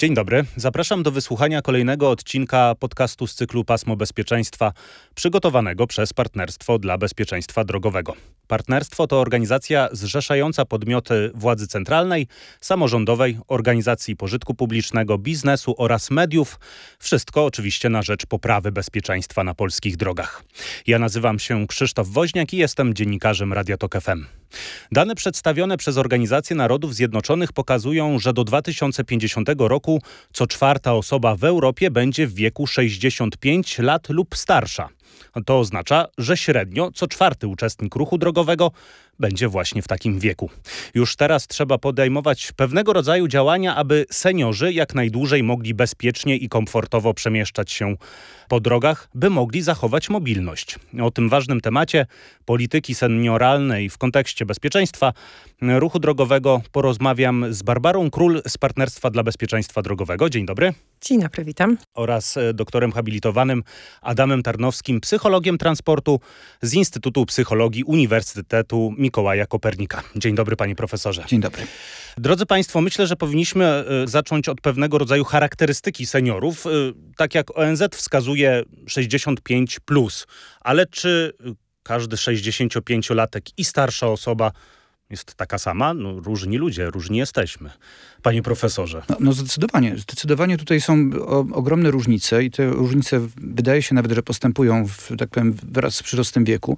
Dzień dobry. Zapraszam do wysłuchania kolejnego odcinka podcastu z cyklu Pasmo Bezpieczeństwa, przygotowanego przez Partnerstwo dla Bezpieczeństwa Drogowego. Partnerstwo to organizacja zrzeszająca podmioty władzy centralnej, samorządowej, organizacji pożytku publicznego, biznesu oraz mediów. Wszystko oczywiście na rzecz poprawy bezpieczeństwa na polskich drogach. Ja nazywam się Krzysztof Woźniak i jestem dziennikarzem Radia Tok FM. Dane przedstawione przez Organizację Narodów Zjednoczonych pokazują, że do 2050 roku co czwarta osoba w Europie będzie w wieku 65 lat lub starsza. To oznacza, że średnio co czwarty uczestnik ruchu drogowego będzie właśnie w takim wieku. Już teraz trzeba podejmować pewnego rodzaju działania, aby seniorzy jak najdłużej mogli bezpiecznie i komfortowo przemieszczać się po drogach, by mogli zachować mobilność. O tym ważnym temacie polityki senioralnej w kontekście bezpieczeństwa ruchu drogowego porozmawiam z Barbarą Król z Partnerstwa dla Bezpieczeństwa Drogowego. Dzień dobry. Dzień dobry, witam. Oraz doktorem habilitowanym Adamem Tarnowskim, psychologiem transportu z Instytutu Psychologii Uniwersytetu Mikołaja Kopernika. Dzień dobry, panie profesorze. Dzień dobry. Drodzy państwo, myślę, że powinniśmy zacząć od pewnego rodzaju charakterystyki seniorów. Tak jak ONZ wskazuje 65+, ale czy każdy 65-latek i starsza osoba jest taka sama? No, różni ludzie, różni jesteśmy. Panie profesorze. No zdecydowanie. Zdecydowanie tutaj są ogromne różnice i te różnice wydaje się nawet, że postępują tak powiem, wraz z przyrostem wieku.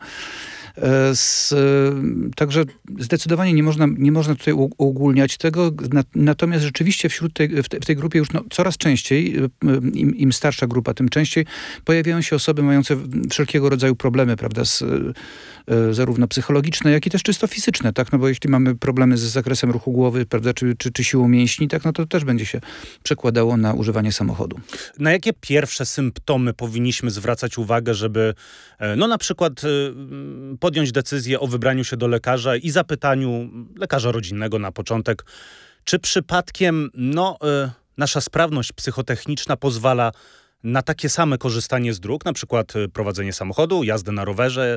Także zdecydowanie nie można tutaj uogólniać tego, natomiast rzeczywiście w tej grupie już coraz częściej, im starsza grupa, tym częściej pojawiają się osoby mające wszelkiego rodzaju problemy, prawda, zarówno psychologiczne, jak i też czysto fizyczne, tak, no bo jeśli mamy problemy z zakresem ruchu głowy, prawda, czy siłą mięśni, tak, no to też będzie się przekładało na używanie samochodu. Na jakie pierwsze symptomy powinniśmy zwracać uwagę, żeby no na przykład podjąć decyzję o wybraniu się do lekarza i zapytaniu lekarza rodzinnego na początek, czy przypadkiem nasza sprawność psychotechniczna pozwala na takie same korzystanie z dróg, na przykład prowadzenie samochodu, jazdę na rowerze,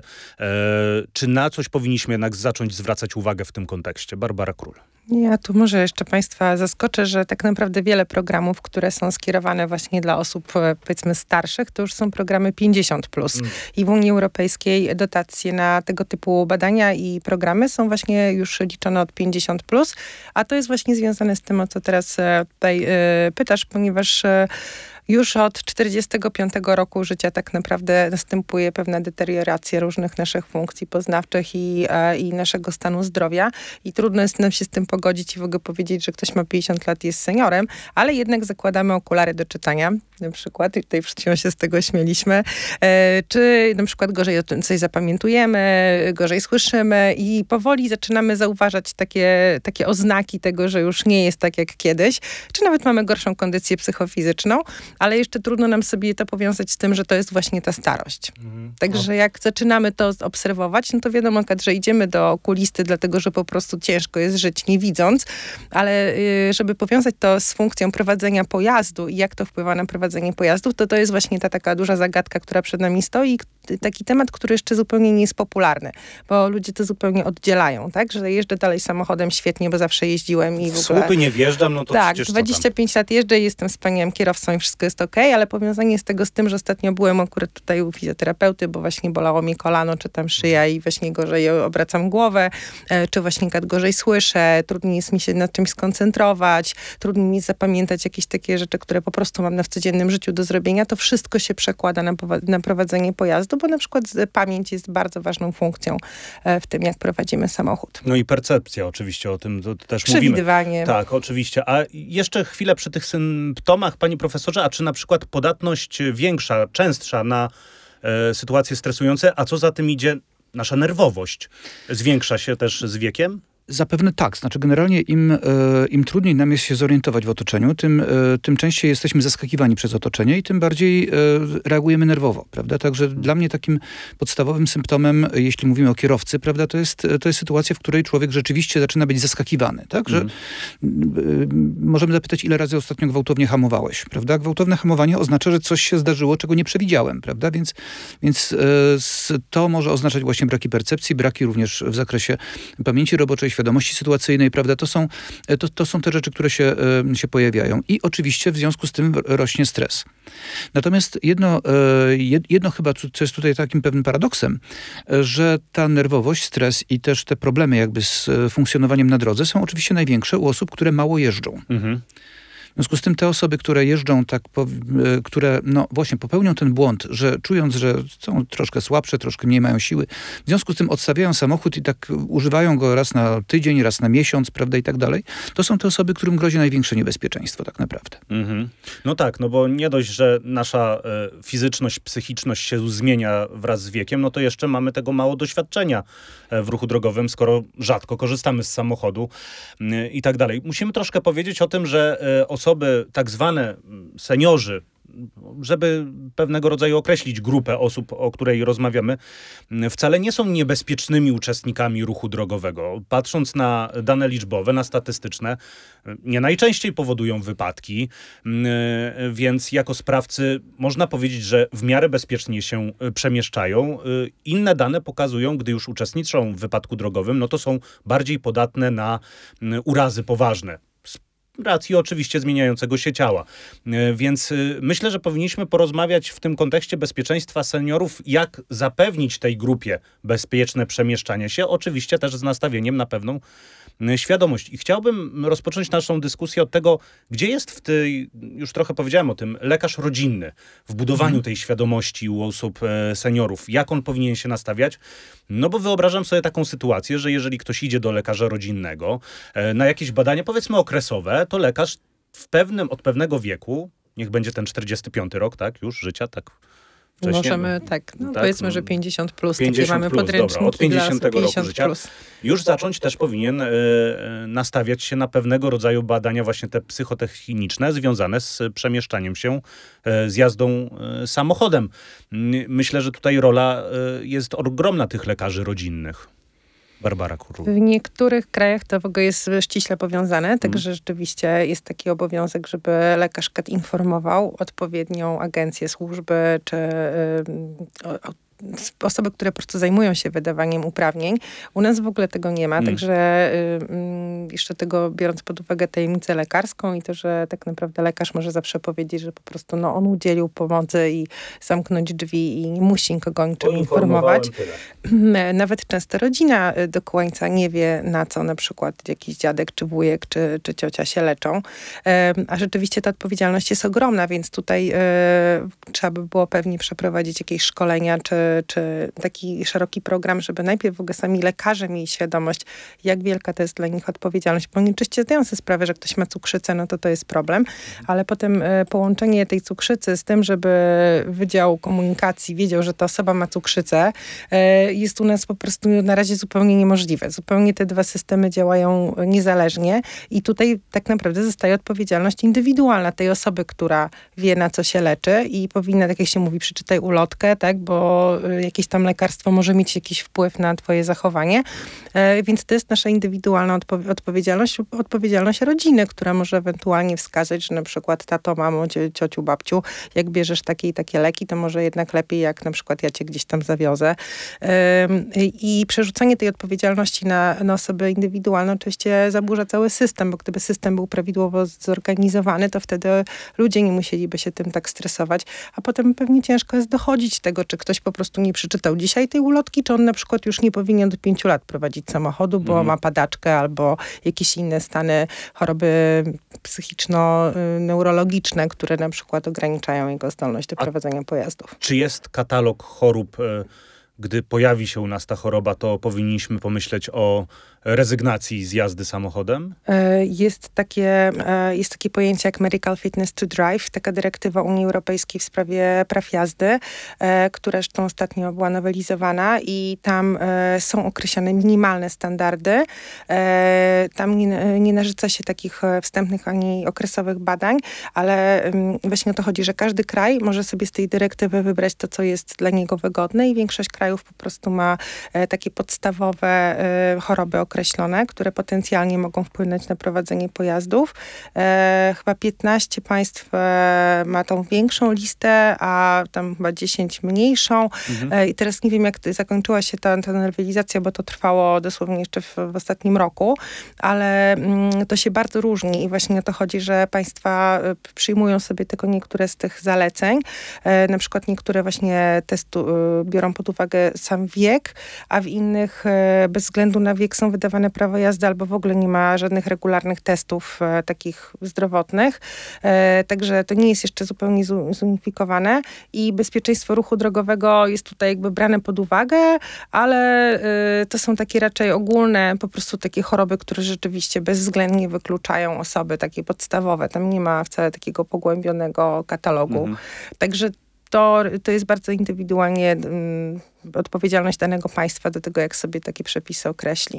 czy na coś powinniśmy jednak zacząć zwracać uwagę w tym kontekście? Barbara Król. Ja tu może jeszcze państwa zaskoczę, że tak naprawdę wiele programów, które są skierowane właśnie dla osób powiedzmy starszych, to już są programy 50+. I w Unii Europejskiej dotacje na tego typu badania i programy są właśnie już liczone od 50+, a to jest właśnie związane z tym, o co teraz tutaj pytasz, ponieważ już od 45 roku życia tak naprawdę następuje pewna deterioracja różnych naszych funkcji poznawczych i naszego stanu zdrowia. I trudno jest nam się z tym pogodzić i w ogóle powiedzieć, że ktoś ma 50 lat i jest seniorem, ale jednak zakładamy okulary do czytania, na przykład, i tutaj wszyscy się z tego śmieliśmy, czy na przykład gorzej coś zapamiętujemy, gorzej słyszymy i powoli zaczynamy zauważać takie oznaki tego, że już nie jest tak jak kiedyś, czy nawet mamy gorszą kondycję psychofizyczną, ale jeszcze trudno nam sobie to powiązać z tym, że to jest właśnie ta starość. Także jak zaczynamy to obserwować, no to wiadomo, że idziemy do okulisty, dlatego że po prostu ciężko jest żyć nie widząc, ale żeby powiązać to z funkcją prowadzenia pojazdu i jak to wpływa na prowadzenie pojazdów, to jest właśnie ta taka duża zagadka, która przed nami stoi. Taki temat, który jeszcze zupełnie nie jest popularny, bo ludzie to zupełnie oddzielają, tak? Że jeżdżę dalej samochodem świetnie, bo zawsze jeździłem i w ogóle... Słupy nie wjeżdżam, no to tak, przecież 25 lat jeżdżę i jestem wspaniałym kierowcą i wszystko jest okej, ale powiązanie z tego z tym, że ostatnio byłem akurat tutaj u fizjoterapeuty, bo właśnie bolało mnie kolano, czy tam szyja i właśnie gorzej obracam głowę, czy właśnie gorzej słyszę, trudniej jest mi się nad czymś skoncentrować, trudniej mi zapamiętać jakieś takie rzeczy, które po prostu mam w codziennym życiu do zrobienia, to wszystko się przekłada na prowadzenie pojazdu, bo na przykład pamięć jest bardzo ważną funkcją w tym, jak prowadzimy samochód. No i percepcja oczywiście, o tym to też przewidywanie. Mówimy. Tak, oczywiście. A jeszcze chwilę przy tych symptomach, panie profesorze, a czy na przykład podatność większa, częstsza na sytuacje stresujące, a co za tym idzie, nasza nerwowość zwiększa się też z wiekiem? Zapewne tak. Znaczy generalnie im trudniej nam jest się zorientować w otoczeniu, tym częściej jesteśmy zaskakiwani przez otoczenie i tym bardziej reagujemy nerwowo, prawda? Także dla mnie takim podstawowym symptomem, jeśli mówimy o kierowcy, prawda, to jest sytuacja, w której człowiek rzeczywiście zaczyna być zaskakiwany, tak? Że możemy zapytać, ile razy ostatnio gwałtownie hamowałeś, prawda? Gwałtowne hamowanie oznacza, że coś się zdarzyło, czego nie przewidziałem, prawda? Więc to może oznaczać właśnie braki percepcji, braki również w zakresie pamięci roboczej, świadomości sytuacyjnej, prawda? To są te rzeczy, które się pojawiają. I oczywiście w związku z tym rośnie stres. Natomiast jedno chyba, co jest tutaj takim pewnym paradoksem, że ta nerwowość, stres i też te problemy jakby z funkcjonowaniem na drodze są oczywiście największe u osób, które mało jeżdżą. Mhm. W związku z tym te osoby, które jeżdżą, które właśnie popełnią ten błąd, że czując, że są troszkę słabsze, troszkę mniej mają siły, w związku z tym odstawiają samochód i tak używają go raz na tydzień, raz na miesiąc, prawda, i tak dalej, to są te osoby, którym grozi największe niebezpieczeństwo tak naprawdę. Mhm. No tak, no bo nie dość, że nasza fizyczność, psychiczność się zmienia wraz z wiekiem, no to jeszcze mamy tego mało doświadczenia w ruchu drogowym, skoro rzadko korzystamy z samochodu i tak dalej. Musimy troszkę powiedzieć o tym, że osoby, tak zwane seniorzy, żeby pewnego rodzaju określić grupę osób, o której rozmawiamy, wcale nie są niebezpiecznymi uczestnikami ruchu drogowego. Patrząc na dane liczbowe, na statystyczne, nie najczęściej powodują wypadki, więc jako sprawcy można powiedzieć, że w miarę bezpiecznie się przemieszczają. Inne dane pokazują, gdy już uczestniczą w wypadku drogowym, no to są bardziej podatne na urazy poważne. Racji oczywiście zmieniającego się ciała. Więc myślę, że powinniśmy porozmawiać w tym kontekście bezpieczeństwa seniorów, jak zapewnić tej grupie bezpieczne przemieszczanie się, oczywiście też z nastawieniem na pewną świadomość. I chciałbym rozpocząć naszą dyskusję od tego, gdzie jest w tej, już trochę powiedziałem o tym, lekarz rodzinny w budowaniu tej świadomości u osób seniorów. Jak on powinien się nastawiać? No bo wyobrażam sobie taką sytuację, że jeżeli ktoś idzie do lekarza rodzinnego na jakieś badania, powiedzmy okresowe, to lekarz od pewnego wieku, niech będzie ten 45 rok, tak, już życia, tak wcześniej. Możemy, tak, powiedzmy, że 50 plus, 50 takie mamy plus, podręczniki dobra, od 50 dla roku życia plus. Już zacząć też powinien nastawiać się na pewnego rodzaju badania właśnie te psychotechniczne związane z przemieszczaniem się, z jazdą samochodem. Myślę, że tutaj rola jest ogromna tych lekarzy rodzinnych. Barbara Kurul. W niektórych krajach to w ogóle jest ściśle powiązane, także rzeczywiście jest taki obowiązek, żeby lekarz KAT informował odpowiednią agencję, służby czy osoby, które po prostu zajmują się wydawaniem uprawnień. U nas w ogóle tego nie ma, także jeszcze tego biorąc pod uwagę tajemnicę lekarską i to, że tak naprawdę lekarz może zawsze powiedzieć, że po prostu on udzielił pomocy i zamknąć drzwi i nie musi nikogo o niczym informować. Nawet często rodzina do końca nie wie, na co na przykład jakiś dziadek, czy wujek, czy ciocia się leczą. A rzeczywiście ta odpowiedzialność jest ogromna, więc tutaj trzeba by było pewnie przeprowadzić jakieś szkolenia, czy taki szeroki program, żeby najpierw w ogóle sami lekarze mieli świadomość, jak wielka to jest dla nich odpowiedzialność, bo oni oczywiście zdają sobie sprawę, że ktoś ma cukrzycę, no to jest problem, ale potem połączenie tej cukrzycy z tym, żeby Wydział Komunikacji wiedział, że ta osoba ma cukrzycę, jest u nas po prostu na razie zupełnie niemożliwe. Zupełnie te dwa systemy działają niezależnie i tutaj tak naprawdę zostaje odpowiedzialność indywidualna tej osoby, która wie, na co się leczy i powinna, tak jak się mówi, przeczytaj ulotkę, tak, bo jakieś tam lekarstwo może mieć jakiś wpływ na twoje zachowanie. Więc to jest nasza indywidualna odpowiedzialność rodziny, która może ewentualnie wskazać, że na przykład tato, mamo, ciociu, babciu, jak bierzesz takie i takie leki, to może jednak lepiej, jak na przykład ja cię gdzieś tam zawiozę. I przerzucanie tej odpowiedzialności na osoby indywidualne oczywiście zaburza cały system, bo gdyby system był prawidłowo zorganizowany, to wtedy ludzie nie musieliby się tym tak stresować, a potem pewnie ciężko jest dochodzić tego, czy ktoś po prostu nie przeczytał dzisiaj tej ulotki, czy on na przykład już nie powinien do 5 lat prowadzić samochodu, bo ma padaczkę albo jakieś inne stany, choroby psychiczno-neurologiczne, które na przykład ograniczają jego zdolność do prowadzenia pojazdów. Czy jest katalog chorób, gdy pojawi się u nas ta choroba, to powinniśmy pomyśleć o rezygnacji z jazdy samochodem? Jest takie pojęcie jak Medical Fitness to Drive, taka dyrektywa Unii Europejskiej w sprawie praw jazdy, która zresztą ostatnio była nowelizowana i tam są określone minimalne standardy. Tam nie narzuca się takich wstępnych ani okresowych badań, ale właśnie o to chodzi, że każdy kraj może sobie z tej dyrektywy wybrać to, co jest dla niego wygodne i większość krajów po prostu ma takie podstawowe choroby okresowe, określone, które potencjalnie mogą wpłynąć na prowadzenie pojazdów. Chyba 15 państw ma tą większą listę, a tam chyba 10 mniejszą. I teraz nie wiem, jak zakończyła się ta nowelizacja, bo to trwało dosłownie jeszcze w ostatnim roku, ale to się bardzo różni i właśnie o to chodzi, że państwa przyjmują sobie tylko niektóre z tych zaleceń. Na przykład niektóre właśnie biorą pod uwagę sam wiek, a w innych bez względu na wiek są wydawane prawa jazdy albo w ogóle nie ma żadnych regularnych testów takich zdrowotnych. Także to nie jest jeszcze zupełnie zunifikowane i bezpieczeństwo ruchu drogowego jest tutaj jakby brane pod uwagę, ale to są takie raczej ogólne, po prostu takie choroby, które rzeczywiście bezwzględnie wykluczają osoby takie podstawowe. Tam nie ma wcale takiego pogłębionego katalogu. Także to jest bardzo indywidualnie odpowiedzialność danego państwa do tego, jak sobie takie przepisy określi.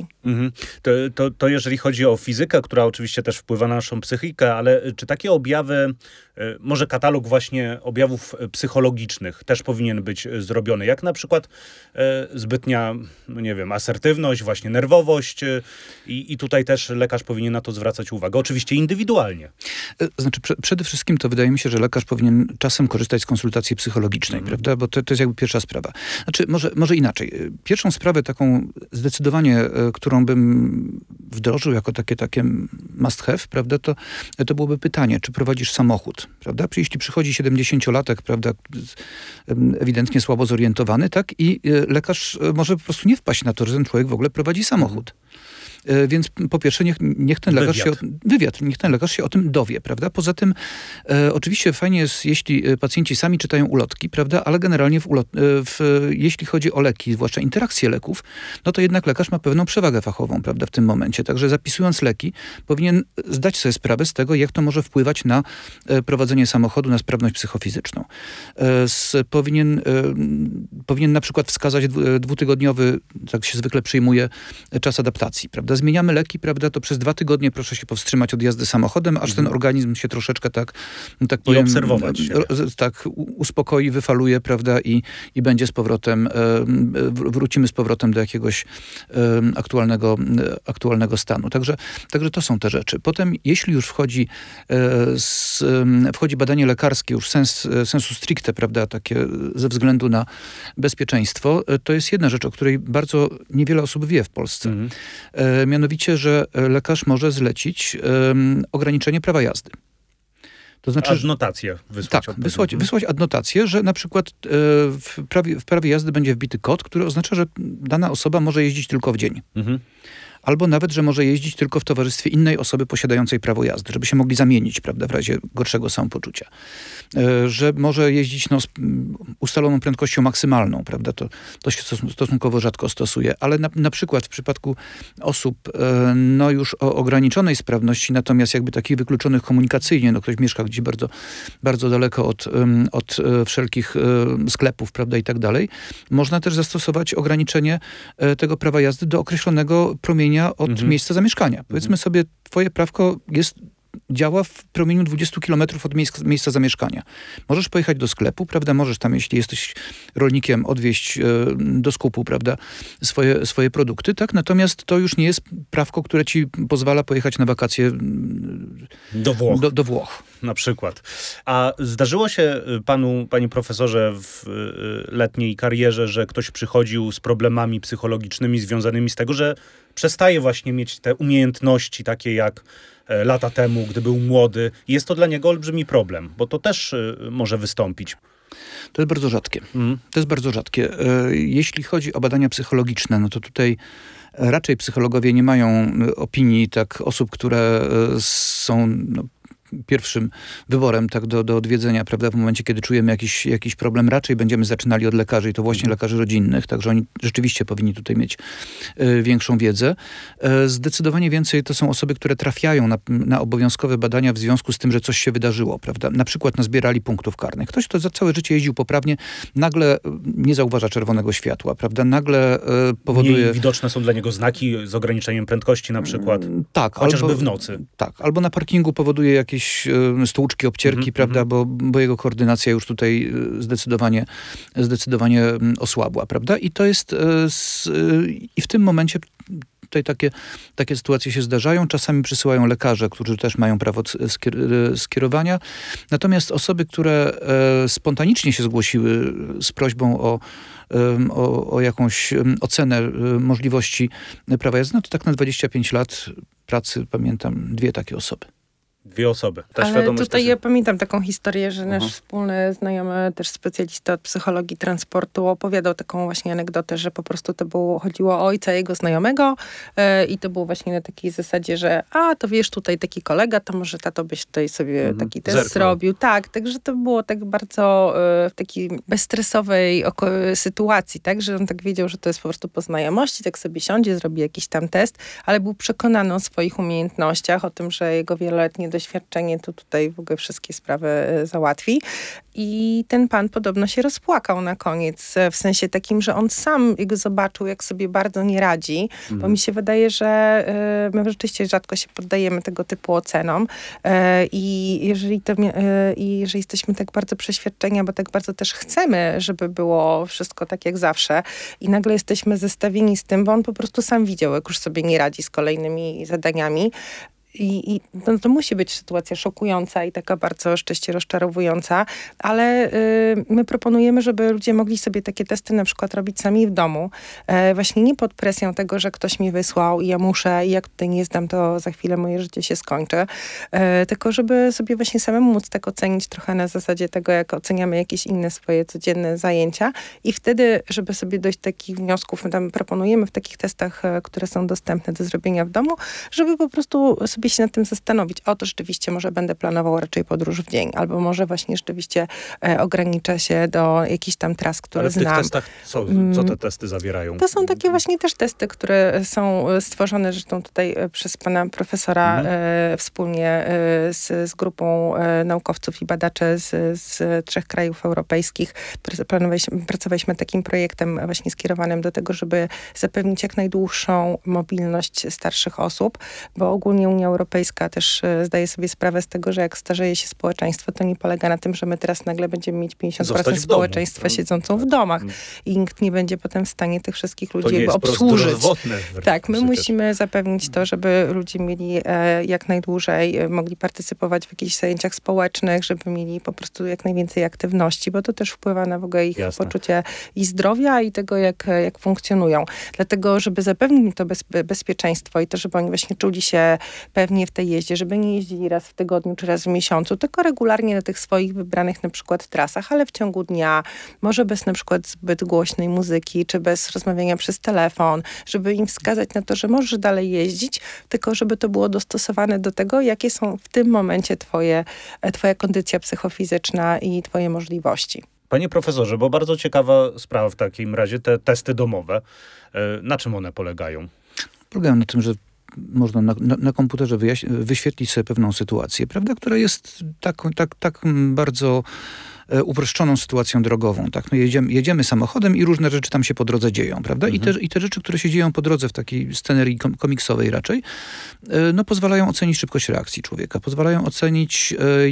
To jeżeli chodzi o fizykę, która oczywiście też wpływa na naszą psychikę, ale czy takie objawy, może katalog właśnie objawów psychologicznych też powinien być zrobiony? Jak na przykład zbytnia, no nie wiem, asertywność, właśnie nerwowość i tutaj też lekarz powinien na to zwracać uwagę. Oczywiście indywidualnie. Znaczy przede wszystkim to wydaje mi się, że lekarz powinien czasem korzystać z konsultacji psychologicznej, prawda? Bo to jest jakby pierwsza sprawa. Znaczy może inaczej. Pierwszą sprawę taką zdecydowanie, którą bym wdrożył jako takie must have, prawda, to byłoby pytanie, czy prowadzisz samochód, prawda? Jeśli przychodzi 70-latek, prawda, ewidentnie słabo zorientowany, tak? I lekarz może po prostu nie wpaść na to, że ten człowiek w ogóle prowadzi samochód. Więc po pierwsze niech ten lekarz niech ten lekarz się o tym dowie, prawda? Poza tym oczywiście fajnie jest, jeśli pacjenci sami czytają ulotki, prawda? Ale generalnie jeśli chodzi o leki, zwłaszcza interakcje leków, no to jednak lekarz ma pewną przewagę fachową, prawda, w tym momencie. Także zapisując leki, powinien zdać sobie sprawę z tego, jak to może wpływać na prowadzenie samochodu, na sprawność psychofizyczną. Powinien na przykład wskazać 2-tygodniowy, tak się zwykle przyjmuje, czas adaptacji, prawda? Zmieniamy leki, prawda, to przez 2 tygodnie proszę się powstrzymać od jazdy samochodem, aż ten organizm się troszeczkę tak powiem, obserwować się. Tak uspokoi, wyfaluje, prawda, i będzie z powrotem, wrócimy z powrotem do jakiegoś aktualnego stanu. Także to są te rzeczy. Potem, jeśli już wchodzi badanie lekarskie, już sensu stricte, prawda, takie ze względu na bezpieczeństwo, to jest jedna rzecz, o której bardzo niewiele osób wie w Polsce. Mianowicie, że lekarz może zlecić ograniczenie prawa jazdy. To znaczy, adnotację wysłać. Tak, wysłać adnotację, że na przykład w prawie jazdy będzie wbity kod, który oznacza, że dana osoba może jeździć tylko w dzień. Albo nawet, że może jeździć tylko w towarzystwie innej osoby posiadającej prawo jazdy, żeby się mogli zamienić, prawda, w razie gorszego samopoczucia. Że może jeździć z ustaloną prędkością maksymalną, prawda, to się stosunkowo rzadko stosuje, ale na przykład w przypadku osób już o ograniczonej sprawności, natomiast jakby takich wykluczonych komunikacyjnie, ktoś mieszka gdzieś bardzo, bardzo daleko od wszelkich sklepów, prawda, i tak dalej, można też zastosować ograniczenie tego prawa jazdy do określonego promienia od miejsca zamieszkania. Powiedzmy sobie, twoje prawko działa w promieniu 20 km od miejsca zamieszkania. Możesz pojechać do sklepu, prawda? Możesz tam, jeśli jesteś rolnikiem, odwieźć do skupu, prawda, swoje produkty, tak? Natomiast to już nie jest prawko, które ci pozwala pojechać na wakacje do Włoch. Na przykład. A zdarzyło się panu, panie profesorze, w letniej karierze, że ktoś przychodził z problemami psychologicznymi związanymi z tego, że przestaje właśnie mieć te umiejętności takie jak lata temu, gdy był młody. Jest to dla niego olbrzymi problem, bo to też może wystąpić. To jest bardzo rzadkie. To jest bardzo rzadkie. Jeśli chodzi o badania psychologiczne, no to tutaj raczej psychologowie nie mają opinii tak osób, które są pierwszym wyborem tak do odwiedzenia, prawda, w momencie, kiedy czujemy jakiś problem. Raczej będziemy zaczynali od lekarzy i to właśnie lekarzy rodzinnych, także oni rzeczywiście powinni tutaj mieć większą wiedzę. Zdecydowanie więcej to są osoby, które trafiają na obowiązkowe badania w związku z tym, że coś się wydarzyło, prawda. Na przykład nazbierali punktów karnych. Ktoś, kto za całe życie jeździł poprawnie, nagle nie zauważa czerwonego światła, prawda. Nagle powoduje... Mniej widoczne są dla niego znaki z ograniczeniem prędkości na przykład. Tak. Chociażby w nocy. Tak. Albo na parkingu powoduje jakieś stłuczki, obcierki, prawda, bo jego koordynacja już tutaj zdecydowanie osłabła, prawda? I to jest i w tym momencie tutaj takie sytuacje się zdarzają. Czasami przysyłają lekarze, którzy też mają prawo skierowania. Natomiast osoby, które spontanicznie się zgłosiły z prośbą o jakąś ocenę możliwości prawa jazdy, no to tak na 25 lat pracy pamiętam 2 takie osoby. 2 osoby. Ta Ale świadomość tutaj też... ja pamiętam taką historię, że nasz wspólny znajomy, też specjalista od psychologii transportu, opowiadał taką właśnie anegdotę, że po prostu chodziło o ojca jego znajomego i to było właśnie na takiej zasadzie, że to wiesz, tutaj taki kolega, to może tato byś tutaj sobie taki test zrobił. Tak, także to było tak bardzo w takiej bezstresowej sytuacji, tak, że on tak wiedział, że to jest po prostu po znajomości, tak sobie siądzie, zrobi jakiś tam test, ale był przekonany o swoich umiejętnościach, o tym, że jego wieloletnie doświadczenie to tutaj w ogóle wszystkie sprawy załatwi. I ten pan podobno się rozpłakał na koniec, w sensie takim, że on sam zobaczył, jak sobie bardzo nie radzi, bo mi się wydaje, że my rzeczywiście rzadko się poddajemy tego typu ocenom i jeżeli jesteśmy tak bardzo przeświadczeni, bo tak bardzo też chcemy, żeby było wszystko tak jak zawsze i nagle jesteśmy zestawieni z tym, bo on po prostu sam widział, jak już sobie nie radzi z kolejnymi zadaniami, no to musi być sytuacja szokująca i taka bardzo oczywiście rozczarowująca, ale my proponujemy, żeby ludzie mogli sobie takie testy na przykład robić sami w domu. Właśnie nie pod presją tego, że ktoś mi wysłał i ja muszę i jak tutaj nie zdam, to za chwilę moje życie się skończy. Tylko żeby sobie właśnie samemu móc tak ocenić trochę na zasadzie tego, jak oceniamy jakieś inne swoje codzienne zajęcia i wtedy, żeby sobie dojść do takich wniosków, my tam proponujemy w takich testach, które są dostępne do zrobienia w domu, żeby po prostu sobie się nad tym zastanowić. To rzeczywiście może będę planował raczej podróż w dzień, albo może właśnie rzeczywiście ograniczę się do jakichś tam tras, które znam. Ale w tych testach co te testy zawierają? To są takie właśnie też testy, które są stworzone zresztą tutaj przez pana profesora wspólnie z grupą naukowców i badaczy z 3 krajów europejskich. Pracowaliśmy takim projektem właśnie skierowanym do tego, żeby zapewnić jak najdłuższą mobilność starszych osób, bo ogólnie Unia Europejska też zdaje sobie sprawę z tego, że jak starzeje się społeczeństwo, to nie polega na tym, że my teraz nagle będziemy mieć 50% społeczeństwa siedzącą w domach i nikt nie będzie potem w stanie tych wszystkich ludzi jakby obsłużyć. Tak, my musimy zapewnić to, żeby ludzie mieli jak najdłużej, mogli partycypować w jakichś zajęciach społecznych, żeby mieli po prostu jak najwięcej aktywności, bo to też wpływa na w ogóle ich poczucie i zdrowia i tego, jak funkcjonują. Dlatego, żeby zapewnić to bezpieczeństwo i to, żeby oni właśnie czuli się pewnie w tej jeździe, żeby nie jeździli raz w tygodniu czy raz w miesiącu, tylko regularnie na tych swoich wybranych na przykład trasach, ale w ciągu dnia, może bez na przykład zbyt głośnej muzyki, czy bez rozmawiania przez telefon, żeby im wskazać na to, że możesz dalej jeździć, tylko żeby to było dostosowane do tego, jakie są w tym momencie twoja kondycja psychofizyczna i twoje możliwości. Panie profesorze, bo bardzo ciekawa sprawa w takim razie, te testy domowe. Na czym one polegają? Polegają na tym, że można na komputerze wyświetlić sobie pewną sytuację, prawda, która jest tak bardzo uproszczoną sytuacją drogową. Tak? No jedziemy samochodem i różne rzeczy tam się po drodze dzieją, prawda? I te rzeczy, które się dzieją po drodze w takiej scenerii komiksowej raczej, no pozwalają ocenić szybkość reakcji człowieka, pozwalają ocenić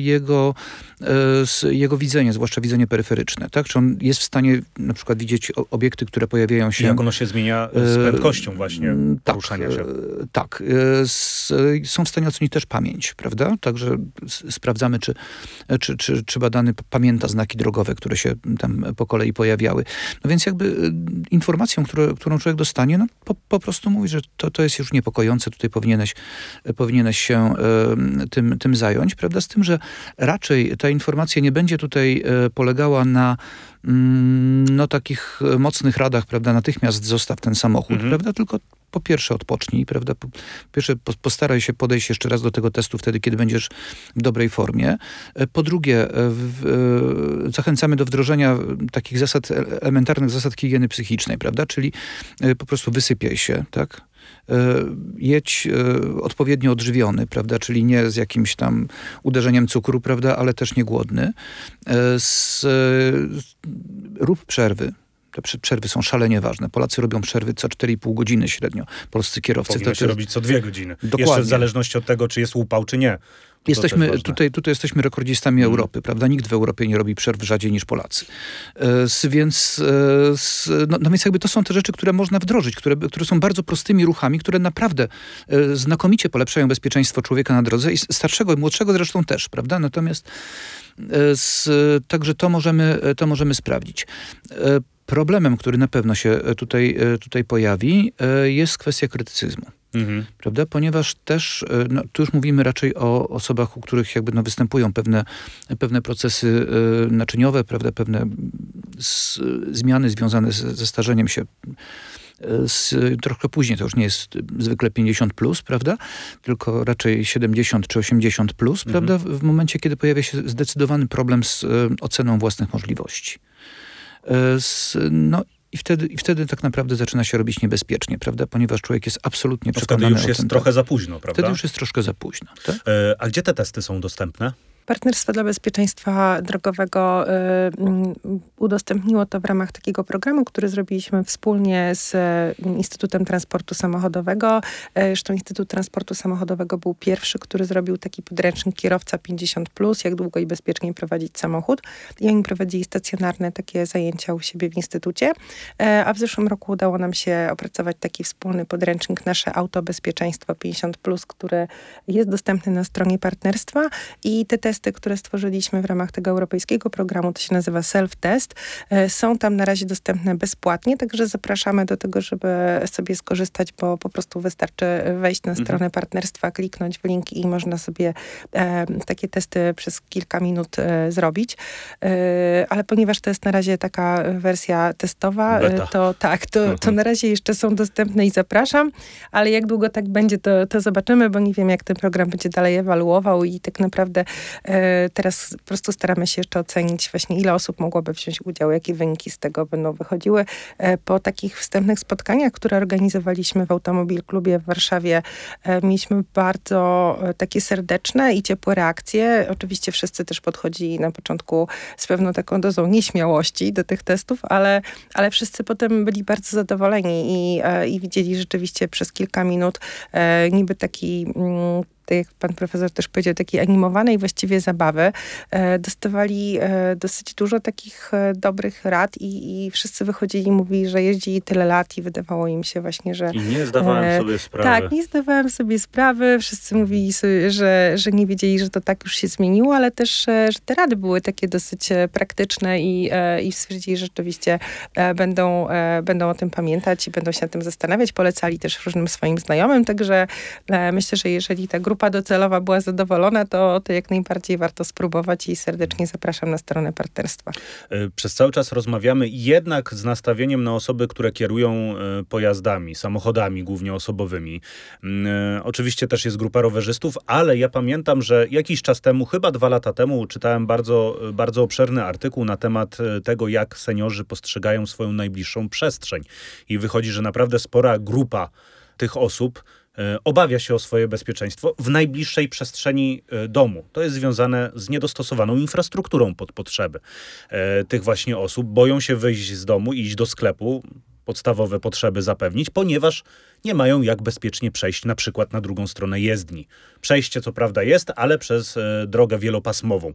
jego widzenie, zwłaszcza widzenie peryferyczne, tak? Czy on jest w stanie na przykład widzieć obiekty, które pojawiają się... Jak ono się zmienia z prędkością właśnie poruszania się. Tak. Są w stanie ocenić też pamięć, prawda? Także sprawdzamy, czy badany pamięta znaki drogowe, które się tam po kolei pojawiały. No więc jakby informacją, którą człowiek dostanie, no po prostu mówi, że to jest już niepokojące, tutaj powinieneś się tym zająć, prawda? Z tym, że raczej ta informacja nie będzie tutaj polegała na takich mocnych radach, prawda, natychmiast zostaw ten samochód, prawda, tylko po pierwsze odpocznij, prawda, po pierwsze postaraj się podejść jeszcze raz do tego testu wtedy, kiedy będziesz w dobrej formie. Po drugie, zachęcamy do wdrożenia takich elementarnych zasad higieny psychicznej, prawda, czyli po prostu wysypiaj się, tak, jedź odpowiednio odżywiony, prawda, czyli nie z jakimś tam uderzeniem cukru, prawda, ale też nie głodny. Rób przerwy. Te przerwy są szalenie ważne. Polacy robią przerwy co 4,5 godziny średnio. Polscy kierowcy. Powinno się robić co 2 godziny. Dokładnie. Jeszcze w zależności od tego, czy jest upał, czy nie. Tutaj jesteśmy rekordzistami Europy, prawda? Nikt w Europie nie robi przerw rzadziej niż Polacy. Więc jakby to są te rzeczy, które można wdrożyć, które są bardzo prostymi ruchami, które naprawdę znakomicie polepszają bezpieczeństwo człowieka na drodze i starszego i młodszego zresztą też, prawda? Natomiast także to możemy sprawdzić. Problemem, który na pewno się tutaj pojawi, jest kwestia krytycyzmu. Prawda? Ponieważ też, tu już mówimy raczej o osobach, u których jakby występują pewne procesy naczyniowe, prawda? Pewne zmiany związane ze starzeniem się. Trochę później, to już nie jest zwykle 50+, prawda? Tylko raczej 70 czy 80+, prawda? W momencie, kiedy pojawia się zdecydowany problem z oceną własnych możliwości. I wtedy tak naprawdę zaczyna się robić niebezpiecznie, prawda? Ponieważ człowiek jest absolutnie przekonany. Wtedy już jest trochę za późno, prawda? Wtedy już jest troszkę za późno. Tak? A gdzie te testy są dostępne? Partnerstwo dla Bezpieczeństwa Drogowego udostępniło to w ramach takiego programu, który zrobiliśmy wspólnie z Instytutem Transportu Samochodowego. Zresztą Instytut Transportu Samochodowego był pierwszy, który zrobił taki podręcznik Kierowca 50+, jak długo i bezpiecznie prowadzić samochód. I oni prowadzili stacjonarne takie zajęcia u siebie w Instytucie. A w zeszłym roku udało nam się opracować taki wspólny podręcznik Nasze Auto Bezpieczeństwo 50+, który jest dostępny na stronie partnerstwa i te testy, które stworzyliśmy w ramach tego europejskiego programu, to się nazywa Self-Test, są tam na razie dostępne bezpłatnie, także zapraszamy do tego, żeby sobie skorzystać, bo po prostu wystarczy wejść na stronę partnerstwa, kliknąć w link i można sobie takie testy przez kilka minut zrobić. Ale ponieważ to jest na razie taka wersja testowa, to na razie jeszcze są dostępne i zapraszam, ale jak długo tak będzie, to zobaczymy, bo nie wiem, jak ten program będzie dalej ewaluował i tak naprawdę teraz po prostu staramy się jeszcze ocenić właśnie, ile osób mogłoby wziąć udział, jakie wyniki z tego będą wychodziły. Po takich wstępnych spotkaniach, które organizowaliśmy w Automobil Klubie w Warszawie, mieliśmy bardzo takie serdeczne i ciepłe reakcje. Oczywiście wszyscy też podchodzili na początku z pewną taką dozą nieśmiałości do tych testów, ale wszyscy potem byli bardzo zadowoleni i widzieli rzeczywiście przez kilka minut niby taki tak jak pan profesor też powiedział, takiej animowanej właściwie zabawy, dostawali dosyć dużo takich dobrych rad i wszyscy wychodzili i mówili, że jeździli tyle lat i wydawało im się właśnie, że... I nie zdawałem sobie sprawy. Tak, nie zdawałem sobie sprawy. Wszyscy mówili sobie, że nie wiedzieli, że to tak już się zmieniło, ale też, że te rady były takie dosyć praktyczne i stwierdzili, że rzeczywiście będą o tym pamiętać i będą się nad tym zastanawiać. Polecali też różnym swoim znajomym, także myślę, że jeżeli ta grupa docelowa była zadowolona, to jak najbardziej warto spróbować i serdecznie zapraszam na stronę partnerstwa. Przez cały czas rozmawiamy jednak z nastawieniem na osoby, które kierują pojazdami, samochodami głównie osobowymi. Oczywiście też jest grupa rowerzystów, ale ja pamiętam, że jakiś czas temu, chyba 2 lata temu, czytałem bardzo, bardzo obszerny artykuł na temat tego, jak seniorzy postrzegają swoją najbliższą przestrzeń. I wychodzi, że naprawdę spora grupa tych osób obawia się o swoje bezpieczeństwo w najbliższej przestrzeni domu. To jest związane z niedostosowaną infrastrukturą pod potrzeby tych właśnie osób. Boją się wyjść z domu i iść do sklepu, podstawowe potrzeby zapewnić, ponieważ nie mają jak bezpiecznie przejść na przykład na drugą stronę jezdni. Przejście co prawda jest, ale przez drogę wielopasmową.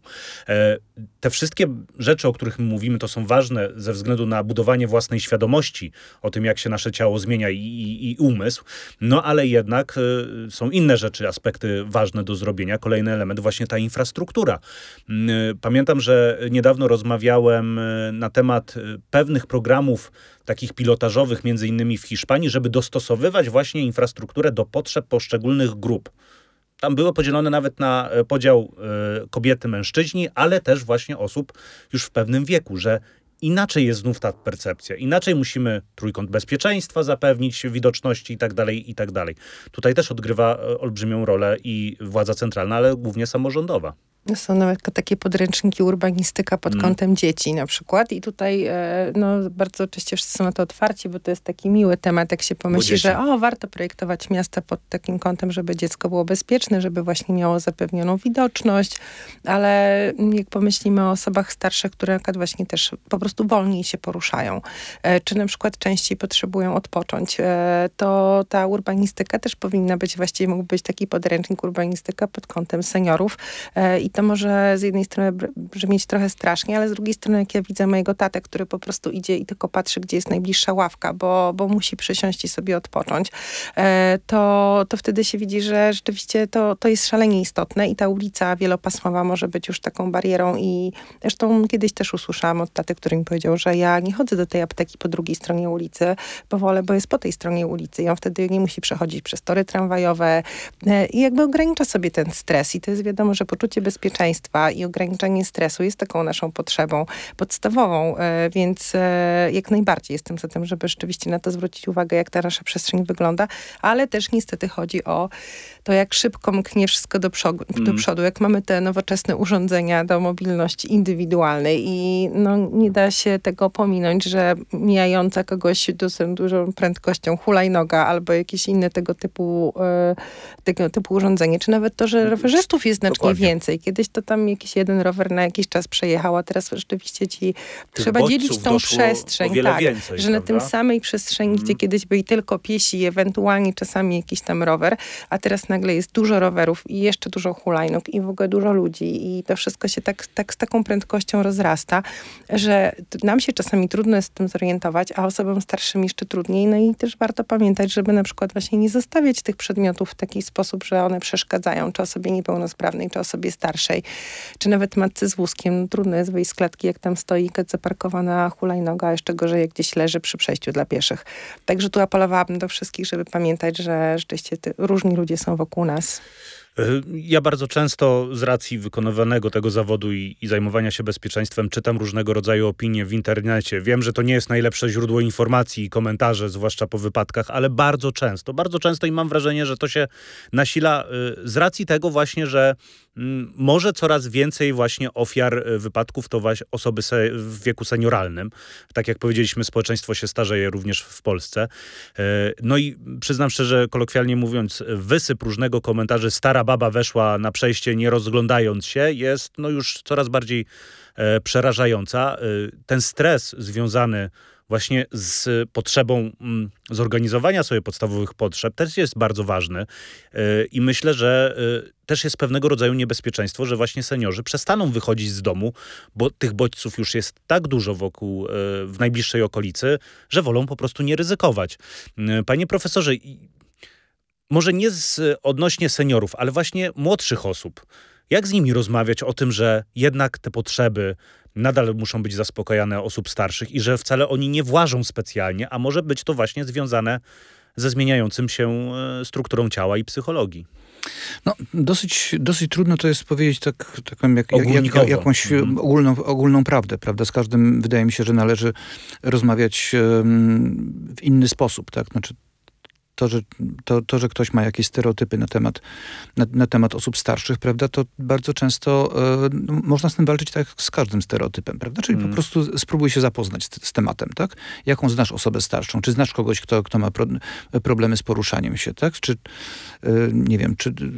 Te wszystkie rzeczy, o których my mówimy, to są ważne ze względu na budowanie własnej świadomości o tym, jak się nasze ciało zmienia i umysł. No ale jednak są inne rzeczy, aspekty ważne do zrobienia. Kolejny element, właśnie ta infrastruktura. Pamiętam, że niedawno rozmawiałem na temat pewnych programów takich pilotażowych, między innymi w Hiszpanii, żeby dostosowywać właśnie infrastrukturę do potrzeb poszczególnych grup. Tam było podzielone nawet na podział kobiety, mężczyźni, ale też właśnie osób już w pewnym wieku, że inaczej jest znów ta percepcja. Inaczej musimy trójkąt bezpieczeństwa zapewnić, widoczności i tak dalej, i tak dalej. Tutaj też odgrywa olbrzymią rolę i władza centralna, ale głównie samorządowa. Są nawet takie podręczniki urbanistyka pod kątem dzieci na przykład i tutaj bardzo oczywiście wszyscy są na to otwarci, bo to jest taki miły temat, jak się pomyśli, że warto projektować miasta pod takim kątem, żeby dziecko było bezpieczne, żeby właśnie miało zapewnioną widoczność, ale jak pomyślimy o osobach starszych, które na przykład właśnie też po prostu wolniej się poruszają, czy na przykład częściej potrzebują odpocząć, to ta urbanistyka też powinna być, właściwie mógł być taki podręcznik urbanistyka pod kątem seniorów i to może z jednej strony brzmieć trochę strasznie, ale z drugiej strony jak ja widzę mojego tatę, który po prostu idzie i tylko patrzy, gdzie jest najbliższa ławka, bo musi przysiąść i sobie odpocząć, to wtedy się widzi, że rzeczywiście to jest szalenie istotne i ta ulica wielopasmowa może być już taką barierą i zresztą kiedyś też usłyszałam od taty, który mi powiedział, że ja nie chodzę do tej apteki po drugiej stronie ulicy, bo jest po tej stronie ulicy i on wtedy nie musi przechodzić przez tory tramwajowe i jakby ogranicza sobie ten stres i to jest wiadomo, że poczucie bezpieczeństwa i ograniczanie stresu jest taką naszą potrzebą podstawową, więc jak najbardziej jestem za tym, żeby rzeczywiście na to zwrócić uwagę, jak ta nasza przestrzeń wygląda, ale też niestety chodzi o to, jak szybko mknie wszystko do przodu, jak mamy te nowoczesne urządzenia do mobilności indywidualnej i nie da się tego pominąć, że mijająca kogoś dużą prędkością hulajnoga albo jakieś inne tego typu urządzenie, czy nawet to, że rowerzystów jest znacznie więcej. Kiedyś to tam jakiś jeden rower na jakiś czas przejechał, a teraz rzeczywiście trzeba dzielić tą przestrzeń. Tak, więcej, że na tym samej przestrzeni, gdzie kiedyś byli tylko piesi, ewentualnie czasami jakiś tam rower, a teraz nagle jest dużo rowerów i jeszcze dużo hulajnóg i w ogóle dużo ludzi i to wszystko się tak z taką prędkością rozrasta, że nam się czasami trudno jest z tym zorientować, a osobom starszym jeszcze trudniej. No i też warto pamiętać, żeby na przykład właśnie nie zostawiać tych przedmiotów w taki sposób, że one przeszkadzają, czy osobie niepełnosprawnej, czy osobie starszej, czy nawet matce z wózkiem. Trudno jest wyjść z klatki, jak tam stoi zaparkowana hulajnoga, a jeszcze gorzej, jak gdzieś leży przy przejściu dla pieszych. Także tu apelowałabym do wszystkich, żeby pamiętać, że rzeczywiście różni ludzie są wokół nas. Ja bardzo często z racji wykonywanego tego zawodu i zajmowania się bezpieczeństwem czytam różnego rodzaju opinie w internecie. Wiem, że to nie jest najlepsze źródło informacji i komentarze, zwłaszcza po wypadkach, ale bardzo często i mam wrażenie, że to się nasila z racji tego właśnie, że może coraz więcej właśnie ofiar wypadków to właśnie osoby w wieku senioralnym. Tak jak powiedzieliśmy, społeczeństwo się starzeje również w Polsce. No i przyznam szczerze, kolokwialnie mówiąc, wysyp różnego komentarzy stara baba weszła na przejście nie rozglądając się jest już coraz bardziej przerażająca. Ten stres związany właśnie z potrzebą zorganizowania sobie podstawowych potrzeb też jest bardzo ważny i myślę, że też jest pewnego rodzaju niebezpieczeństwo, że właśnie seniorzy przestaną wychodzić z domu, bo tych bodźców już jest tak dużo wokół, w najbliższej okolicy, że wolą po prostu nie ryzykować. Panie profesorze, może nie odnośnie seniorów, ale właśnie młodszych osób. Jak z nimi rozmawiać o tym, że jednak te potrzeby nadal muszą być zaspokajane osób starszych i że wcale oni nie włażą specjalnie, a może być to właśnie związane ze zmieniającym się strukturą ciała i psychologii? Dosyć trudno to jest powiedzieć jakąś ogólną prawdę, prawda? Z każdym wydaje mi się, że należy rozmawiać w inny sposób, tak? Znaczy, że ktoś ma jakieś stereotypy na temat osób starszych, prawda, to bardzo często można z tym walczyć tak jak z każdym stereotypem, prawda? Czyli po prostu spróbuj się zapoznać z tematem, tak? Jaką znasz osobę starszą? Czy znasz kogoś, kto ma problemy z poruszaniem się, tak? Czy, nie wiem,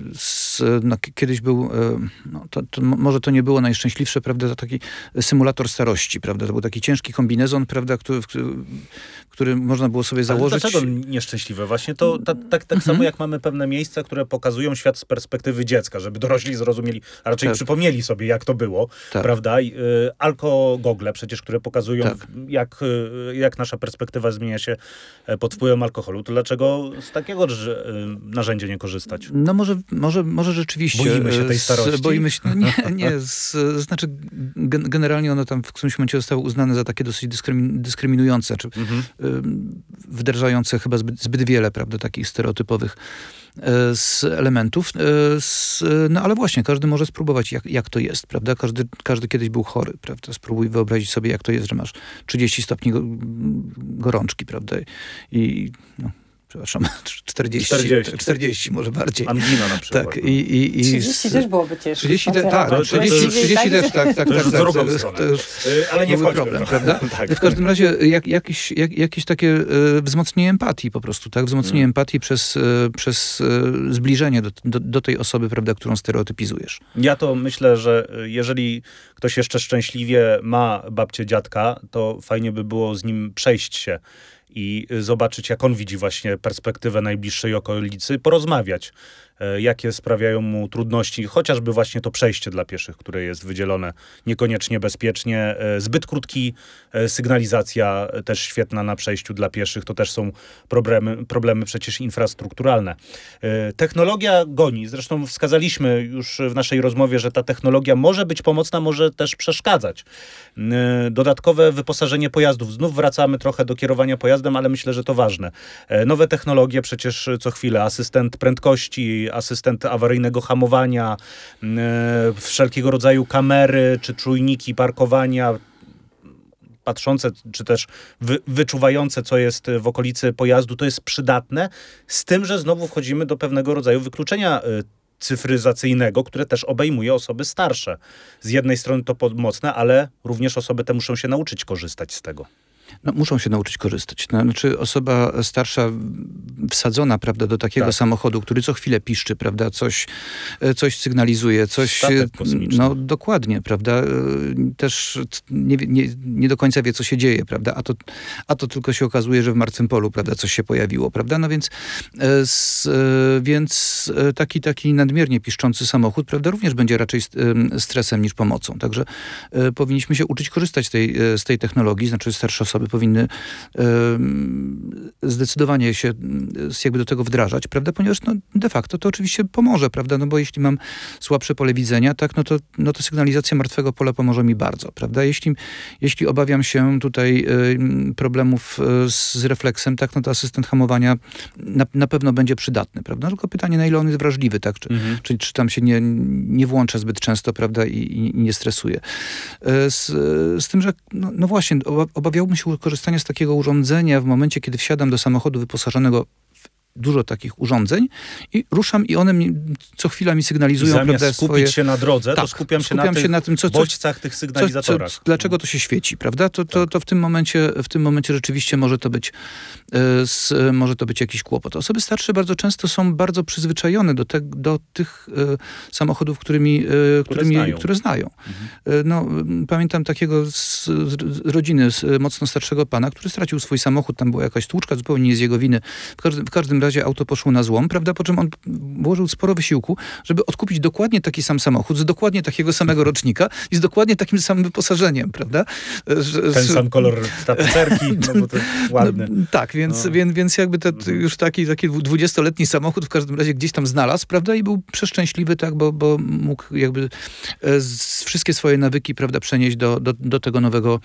kiedyś był, może to nie było najszczęśliwsze, prawda, to taki symulator starości, prawda? To był taki ciężki kombinezon, prawda, który można było sobie założyć. Ale dlaczego nieszczęśliwe? Właśnie to tak samo jak mamy pewne miejsca, które pokazują świat z perspektywy dziecka, żeby dorośli zrozumieli, a raczej przypomnieli sobie, jak to było, prawda? Alkogogle przecież, które pokazują, jak nasza perspektywa zmienia się pod wpływem alkoholu. To dlaczego z takiego narzędzia nie korzystać? No może rzeczywiście. Boimy się tej starości? Boimy się, znaczy generalnie ono tam w którymś momencie zostało uznane za takie dosyć dyskryminujące, czy wdrażające chyba zbyt wiele, prawda, takich stereotypowych z elementów. Ale właśnie, każdy może spróbować, jak to jest, prawda? Każdy kiedyś był chory, prawda? Spróbuj wyobrazić sobie, jak to jest, że masz 30 stopni gorączki, prawda? I przepraszam, 40 może bardziej. Angina na przykład. Tak, i 30 też byłoby ciężko. 30 też, tak. To już w drugą stronę. Ale nie byłby wchodźmy problem, w prawda? Tak. W każdym razie jakieś takie wzmocnienie empatii po prostu, tak? Wzmocnienie empatii przez zbliżenie do tej osoby, prawda, którą stereotypizujesz. Ja to myślę, że jeżeli ktoś jeszcze szczęśliwie ma babcię, dziadka, to fajnie by było z nim przejść się i zobaczyć, jak on widzi właśnie perspektywę najbliższej okolicy, porozmawiać, jakie sprawiają mu trudności, chociażby właśnie to przejście dla pieszych, które jest wydzielone niekoniecznie bezpiecznie. Zbyt krótki, sygnalizacja też świetna na przejściu dla pieszych, to też są problemy przecież infrastrukturalne. Technologia goni, zresztą wskazaliśmy już w naszej rozmowie, że ta technologia może być pomocna, może też przeszkadzać. Dodatkowe wyposażenie pojazdów, znów wracamy trochę do kierowania pojazdem, ale myślę, że to ważne. Nowe technologie przecież co chwilę, asystent prędkości, asystent awaryjnego hamowania, wszelkiego rodzaju kamery czy czujniki parkowania, patrzące czy też wyczuwające, co jest w okolicy pojazdu, to jest przydatne, z tym, że znowu wchodzimy do pewnego rodzaju wykluczenia cyfryzacyjnego, które też obejmuje osoby starsze. Z jednej strony to pomocne, ale również osoby te muszą się nauczyć korzystać z tego. No, muszą się nauczyć korzystać. Znaczy osoba starsza wsadzona, prawda, do takiego samochodu, który co chwilę piszczy, prawda, coś sygnalizuje, coś... Statek kosmiczny. No dokładnie, prawda, też nie do końca wie, co się dzieje, prawda, a to tylko się okazuje, że w martwym polu, prawda, coś się pojawiło, prawda, no więc taki nadmiernie piszczący samochód, prawda, również będzie raczej stresem niż pomocą. Także powinniśmy się uczyć korzystać z tej technologii, znaczy starsze osoby powinny zdecydowanie się jakby do tego wdrażać, prawda, ponieważ no, de facto to oczywiście pomoże, prawda, no bo jeśli mam słabsze pole widzenia, tak, no to sygnalizacja martwego pola pomoże mi bardzo, prawda, jeśli obawiam się tutaj problemów z refleksem, tak, no to asystent hamowania na pewno będzie przydatny, prawda, tylko pytanie, na ile on jest wrażliwy, tak, czy tam się nie włącza zbyt często, prawda, i nie stresuje. Z tym, że no właśnie, obawiałbym się korzystania z takiego urządzenia w momencie, kiedy wsiadam do samochodu wyposażonego w dużo takich urządzeń i ruszam i one co chwila mi sygnalizują, zamiast prawda, skupić się na drodze, tak, to skupiam się na tych bodźcach, tych sygnalizatorach. Dlaczego to się świeci, prawda? To w tym momencie rzeczywiście może to być jakiś kłopot. Osoby starsze bardzo często są bardzo przyzwyczajone do tych samochodów, które znają. No, pamiętam takiego z rodziny mocno starszego pana, który stracił swój samochód, tam była jakaś tłuczka, zupełnie nie z jego winy. W każdym razie auto poszło na złom, prawda? Po czym on włożył sporo wysiłku, żeby odkupić dokładnie taki sam samochód, z dokładnie takiego samego rocznika i z dokładnie takim samym wyposażeniem, prawda? Ten sam kolor tapicerki, no bo to ładne. No, tak, więc jakby już taki 20-letni samochód w każdym razie gdzieś tam znalazł, prawda? I był przeszczęśliwy, tak, bo mógł jakby wszystkie swoje nawyki, prawda, przenieść do tego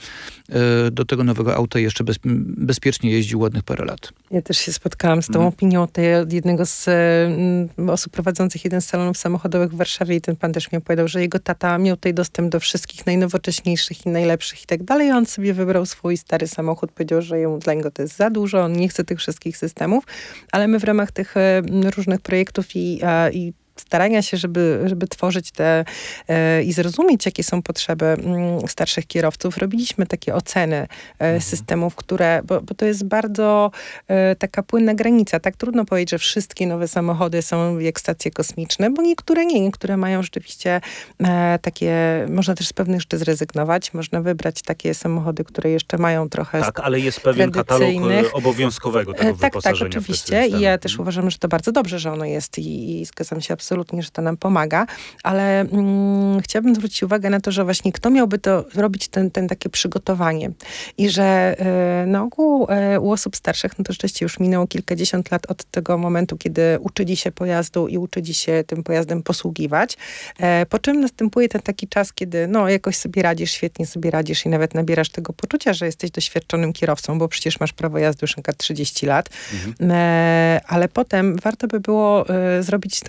nowego auta i jeszcze bezpiecznie jeździł ładnych parę lat. Ja też się spotkałam z tą opinią od jednego z osób prowadzących jeden z salonów samochodowych w Warszawie i ten pan też mi opowiadał, że jego tata miał tutaj dostęp do wszystkich najnowocześniejszych i najlepszych i tak dalej. On sobie wybrał swój stary samochód, powiedział, że dla niego to jest za dużo, on nie chce tych wszystkich systemów, ale my w ramach tych różnych projektów i starania się, żeby tworzyć i zrozumieć, jakie są potrzeby starszych kierowców, robiliśmy takie oceny systemów, bo to jest bardzo taka płynna granica. Tak trudno powiedzieć, że wszystkie nowe samochody są jak stacje kosmiczne, bo niektóre nie. Niektóre mają rzeczywiście takie, można też z pewnych rzeczy zrezygnować. Można wybrać takie samochody, które jeszcze mają trochę tak, ale jest pewien katalog obowiązkowego tego wyposażenia. Tak, oczywiście. I ja też uważam, że to bardzo dobrze, że ono jest i zgadzam się absolutnie, że to nam pomaga, ale chciałabym zwrócić uwagę na to, że właśnie kto miałby to robić ten takie przygotowanie i że na ogół u osób starszych, no to rzeczywiście już minęło kilkadziesiąt lat od tego momentu, kiedy uczyli się pojazdu i uczyli się tym pojazdem posługiwać, po czym następuje ten taki czas, kiedy no jakoś sobie radzisz, świetnie sobie radzisz i nawet nabierasz tego poczucia, że jesteś doświadczonym kierowcą, bo przecież masz prawo jazdy już na 30 lat, ale potem warto by było zrobić taką właśnie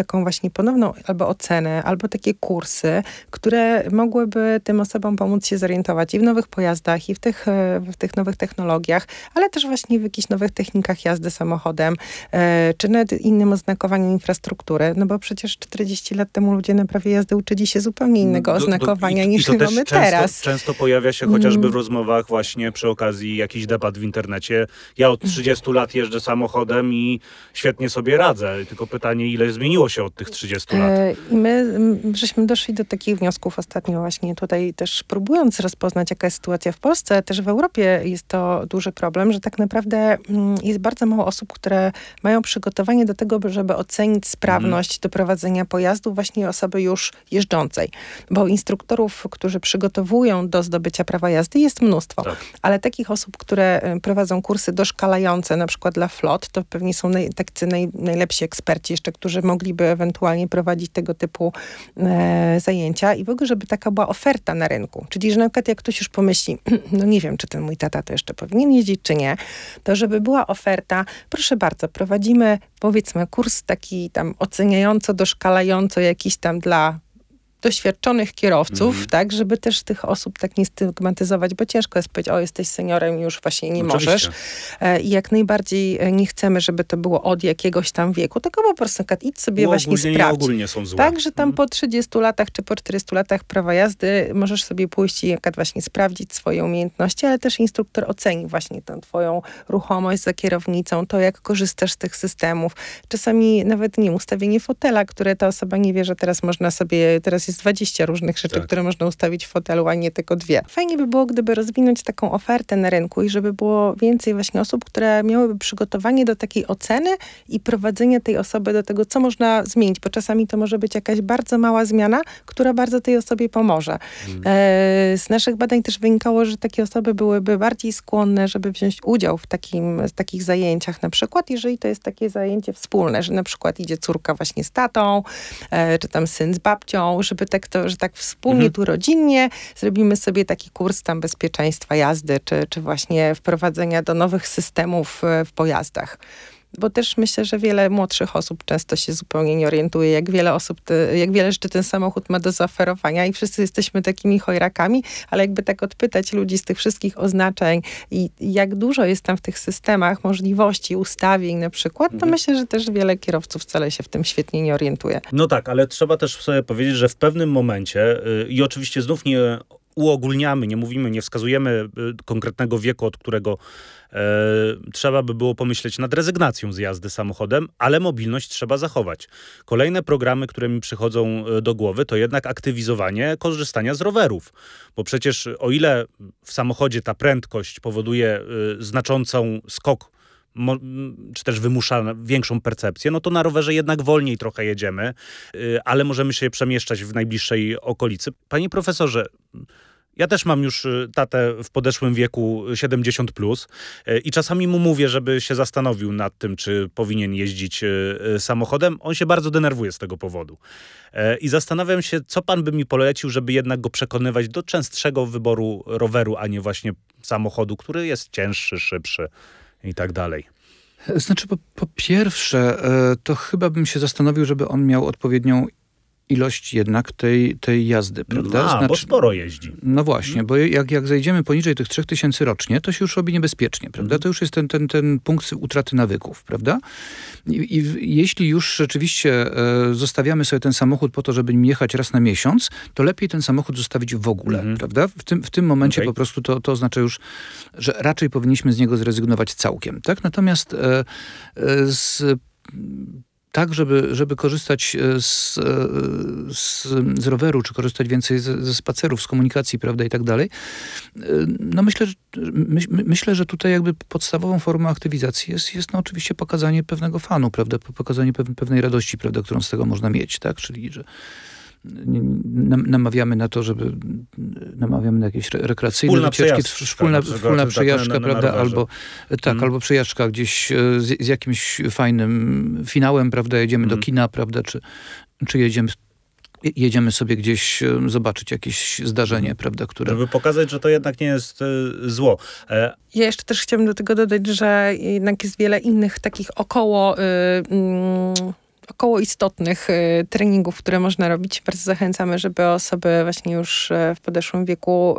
właśnie ponowną albo ocenę, albo takie kursy, które mogłyby tym osobom pomóc się zorientować i w nowych pojazdach, i w tych nowych technologiach, ale też właśnie w jakichś nowych technikach jazdy samochodem, czy nawet innym oznakowaniu infrastruktury, no bo przecież 40 lat temu ludzie na prawie jazdy uczyli się zupełnie innego oznakowania niż my mamy teraz. Często pojawia się chociażby w rozmowach właśnie przy okazji jakichś debat w internecie. Ja od 30 lat jeżdżę samochodem i świetnie sobie radzę. Tylko pytanie, ile zmieniło się od tych 30 lat? I my żeśmy doszli do takich wniosków ostatnio właśnie tutaj też próbując rozpoznać, jaka jest sytuacja w Polsce, też w Europie jest to duży problem, że tak naprawdę jest bardzo mało osób, które mają przygotowanie do tego, żeby ocenić sprawność do prowadzenia pojazdu właśnie osoby już jeżdżącej. Bo instruktorów, którzy przygotowują do zdobycia prawa jazdy jest mnóstwo. Tak. Ale takich osób, które prowadzą kursy doszkalające na przykład dla flot, to pewnie są tacy najlepsi eksperci jeszcze, którzy mogliby ewentualnie prowadzić tego typu zajęcia i w ogóle, żeby taka była oferta na rynku. Czyli, że na przykład jak ktoś już pomyśli, no nie wiem, czy ten mój tata to jeszcze powinien jeździć, czy nie, to żeby była oferta, proszę bardzo, prowadzimy powiedzmy kurs taki tam oceniająco, doszkalająco jakiś tam dla doświadczonych kierowców, tak, żeby też tych osób tak nie stygmatyzować, bo ciężko jest powiedzieć, o, jesteś seniorem i już właśnie nie możesz. I jak najbardziej nie chcemy, żeby to było od jakiegoś tam wieku, tylko po prostu idź sobie właśnie sprawdź. Ogólnie są złe. Tak, że tam po 30 latach czy po 40 latach prawa jazdy możesz sobie pójść i właśnie sprawdzić swoje umiejętności, ale też instruktor oceni właśnie tę twoją ruchomość za kierownicą, to jak korzystasz z tych systemów. Czasami nawet ustawienie fotela, które ta osoba nie wie, że teraz można sobie, teraz jest 20 różnych rzeczy, które można ustawić w fotelu, a nie tylko 2. Fajnie by było, gdyby rozwinąć taką ofertę na rynku i żeby było więcej właśnie osób, które miałyby przygotowanie do takiej oceny i prowadzenia tej osoby do tego, co można zmienić, bo czasami to może być jakaś bardzo mała zmiana, która bardzo tej osobie pomoże. Z naszych badań też wynikało, że takie osoby byłyby bardziej skłonne, żeby wziąć udział w takich zajęciach, na przykład, jeżeli to jest takie zajęcie wspólne, że na przykład idzie córka właśnie z tatą, czy tam syn z babcią, żeby że tak wspólnie tu rodzinnie zrobimy sobie taki kurs tam bezpieczeństwa jazdy, czy właśnie wprowadzenia do nowych systemów w pojazdach. Bo też myślę, że wiele młodszych osób często się zupełnie nie orientuje, jak wiele rzeczy ten samochód ma do zaoferowania i wszyscy jesteśmy takimi chojrakami, ale jakby tak odpytać ludzi z tych wszystkich oznaczeń i jak dużo jest tam w tych systemach możliwości, ustawień na przykład, to myślę, że też wiele kierowców wcale się w tym świetnie nie orientuje. No tak, ale trzeba też sobie powiedzieć, że w pewnym momencie i oczywiście znów nie uogólniamy, nie wskazujemy konkretnego wieku, od którego trzeba by było pomyśleć nad rezygnacją z jazdy samochodem, ale mobilność trzeba zachować. Kolejne programy, które mi przychodzą do głowy, to jednak aktywizowanie korzystania z rowerów. Bo przecież o ile w samochodzie ta prędkość powoduje znaczącą skok, czy też wymusza większą percepcję, no to na rowerze jednak wolniej trochę jedziemy, ale możemy się przemieszczać w najbliższej okolicy. Panie profesorze, ja też mam już tatę w podeszłym wieku 70+, i czasami mu mówię, żeby się zastanowił nad tym, czy powinien jeździć samochodem. On się bardzo denerwuje z tego powodu. I zastanawiam się, co pan by mi polecił, żeby jednak go przekonywać do częstszego wyboru roweru, a nie właśnie samochodu, który jest cięższy, szybszy i tak dalej. Znaczy, po pierwsze, to chyba bym się zastanowił, żeby on miał odpowiednią ilość jednak tej jazdy, prawda? Bo sporo jeździ. No właśnie, bo jak zejdziemy poniżej tych 3000 rocznie, to się już robi niebezpiecznie, prawda? To już jest ten punkt utraty nawyków, prawda? I jeśli już rzeczywiście zostawiamy sobie ten samochód po to, żeby nim jechać raz na miesiąc, to lepiej ten samochód zostawić w ogóle, prawda? W tym momencie po prostu to oznacza już, że raczej powinniśmy z niego zrezygnować całkiem, tak? Natomiast tak, żeby korzystać z roweru, czy korzystać więcej ze spacerów, z komunikacji, prawda, i tak dalej. No myślę, że tutaj jakby podstawową formą aktywizacji jest no oczywiście pokazanie pewnego fanu, prawda, pokazanie pewnej radości, prawda, którą z tego można mieć, tak, czyli że namawiamy na to, namawiamy na jakieś rekreacyjne wycieczki, wspólna przejażdżka, prawda, albo przejażdżka gdzieś z jakimś fajnym finałem, prawda, jedziemy do kina, prawda, czy jedziemy sobie gdzieś zobaczyć jakieś zdarzenie, prawda, które... Żeby pokazać, że to jednak nie jest zło. Ja jeszcze też chciałabym do tego dodać, że jednak jest wiele innych takich około istotnych treningów, które można robić. Bardzo zachęcamy, żeby osoby właśnie już w podeszłym wieku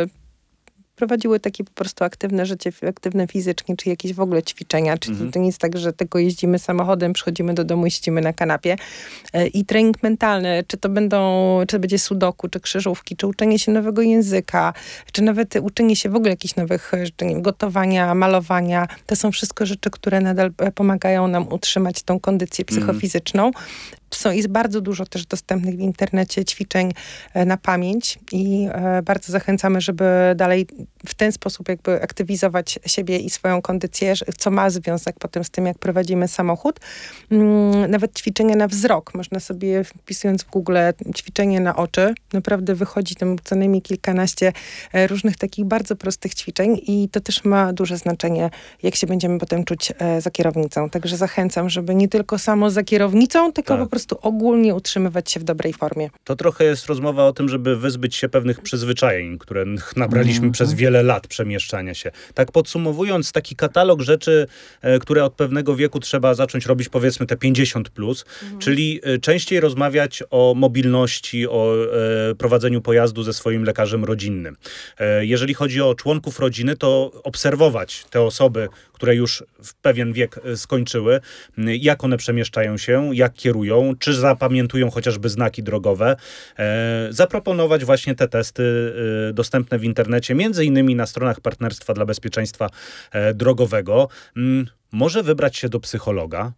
prowadziły takie po prostu aktywne życie, aktywne fizycznie, czy jakieś w ogóle ćwiczenia. Czyli to nie jest tak, że tylko jeździmy samochodem, przychodzimy do domu i siedzimy na kanapie. I trening mentalny, czy to będzie sudoku, czy krzyżówki, czy uczenie się nowego języka, czy nawet uczenie się w ogóle jakichś nowych rzeczy, gotowania, malowania. To są wszystko rzeczy, które nadal pomagają nam utrzymać tą kondycję psychofizyczną. Jest bardzo dużo też dostępnych w internecie ćwiczeń na pamięć i bardzo zachęcamy, żeby dalej w ten sposób jakby aktywizować siebie i swoją kondycję, co ma związek potem z tym, jak prowadzimy samochód. Nawet ćwiczenia na wzrok. Można sobie, wpisując w Google ćwiczenie na oczy, naprawdę wychodzi tam co najmniej kilkanaście różnych takich bardzo prostych ćwiczeń i to też ma duże znaczenie, jak się będziemy potem czuć za kierownicą. Także zachęcam, żeby nie tylko samo za kierownicą, tylko po prostu ogólnie utrzymywać się w dobrej formie. To trochę jest rozmowa o tym, żeby wyzbyć się pewnych przyzwyczajeń, które nabraliśmy przez wiele lat przemieszczania się. Tak podsumowując, taki katalog rzeczy, które od pewnego wieku trzeba zacząć robić, powiedzmy te 50+, czyli częściej rozmawiać o mobilności, o prowadzeniu pojazdu ze swoim lekarzem rodzinnym. Jeżeli chodzi o członków rodziny, to obserwować te osoby, które już w pewien wiek skończyły, jak one przemieszczają się, jak kierują, czy zapamiętują chociażby znaki drogowe. Zaproponować właśnie te testy dostępne w internecie, między innymi na stronach Partnerstwa dla Bezpieczeństwa Drogowego. Może wybrać się do psychologa.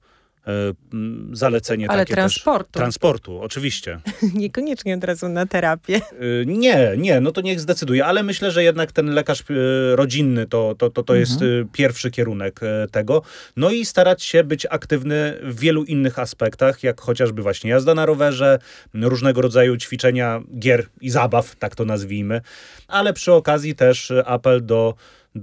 Zalecenie ale takie transportu. Transportu, oczywiście. Niekoniecznie od razu na terapię. Nie, no to niech zdecyduje, ale myślę, że jednak ten lekarz rodzinny to jest pierwszy kierunek tego. No i starać się być aktywny w wielu innych aspektach, jak chociażby właśnie jazda na rowerze, różnego rodzaju ćwiczenia, gier i zabaw, tak to nazwijmy, ale przy okazji też apel do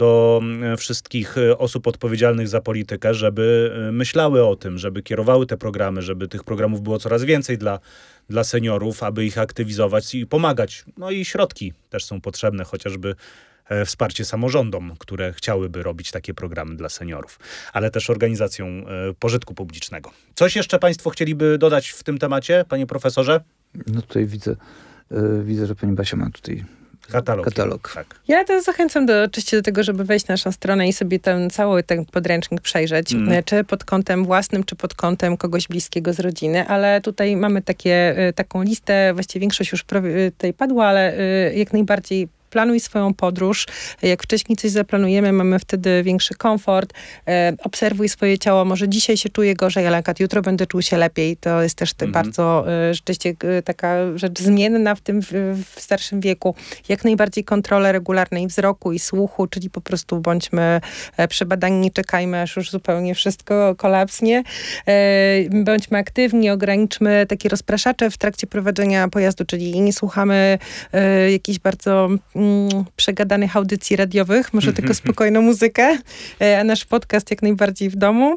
wszystkich osób odpowiedzialnych za politykę, żeby myślały o tym, żeby kierowały te programy, żeby tych programów było coraz więcej dla seniorów, aby ich aktywizować i pomagać. No i środki też są potrzebne, chociażby wsparcie samorządom, które chciałyby robić takie programy dla seniorów, ale też organizacjom pożytku publicznego. Coś jeszcze Państwo chcieliby dodać w tym temacie, panie profesorze? No tutaj widzę, że pani Basia ma tutaj katalog. Tak. Ja to zachęcam oczywiście do tego, żeby wejść na naszą stronę i sobie ten cały ten podręcznik przejrzeć, czy pod kątem własnym, czy pod kątem kogoś bliskiego z rodziny, ale tutaj mamy taką listę, właściwie większość już tutaj padła, ale jak najbardziej planuj swoją podróż. Jak wcześniej coś zaplanujemy, mamy wtedy większy komfort. Obserwuj swoje ciało. Może dzisiaj się czuję gorzej, ale jutro będę czuł się lepiej. To jest też bardzo rzeczywiście taka rzecz zmienna w starszym wieku. Jak najbardziej kontrolę regularnej wzroku i słuchu, czyli po prostu bądźmy przebadani, nie czekajmy, aż już zupełnie wszystko kolapsnie. Bądźmy aktywni, ograniczmy takie rozpraszacze w trakcie prowadzenia pojazdu, czyli nie słuchamy jakichś bardzo przegadanych audycji radiowych, może tylko spokojną muzykę, a nasz podcast jak najbardziej w domu.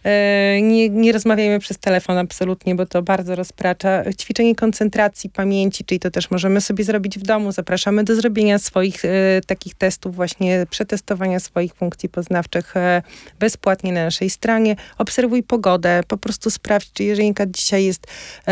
Nie rozmawiajmy przez telefon absolutnie, bo to bardzo rozpracza. Ćwiczenie koncentracji, pamięci, czyli to też możemy sobie zrobić w domu. Zapraszamy do zrobienia swoich takich testów, właśnie przetestowania swoich funkcji poznawczych bezpłatnie na naszej stronie. Obserwuj pogodę, po prostu sprawdź, czy jeżeli dzisiaj jest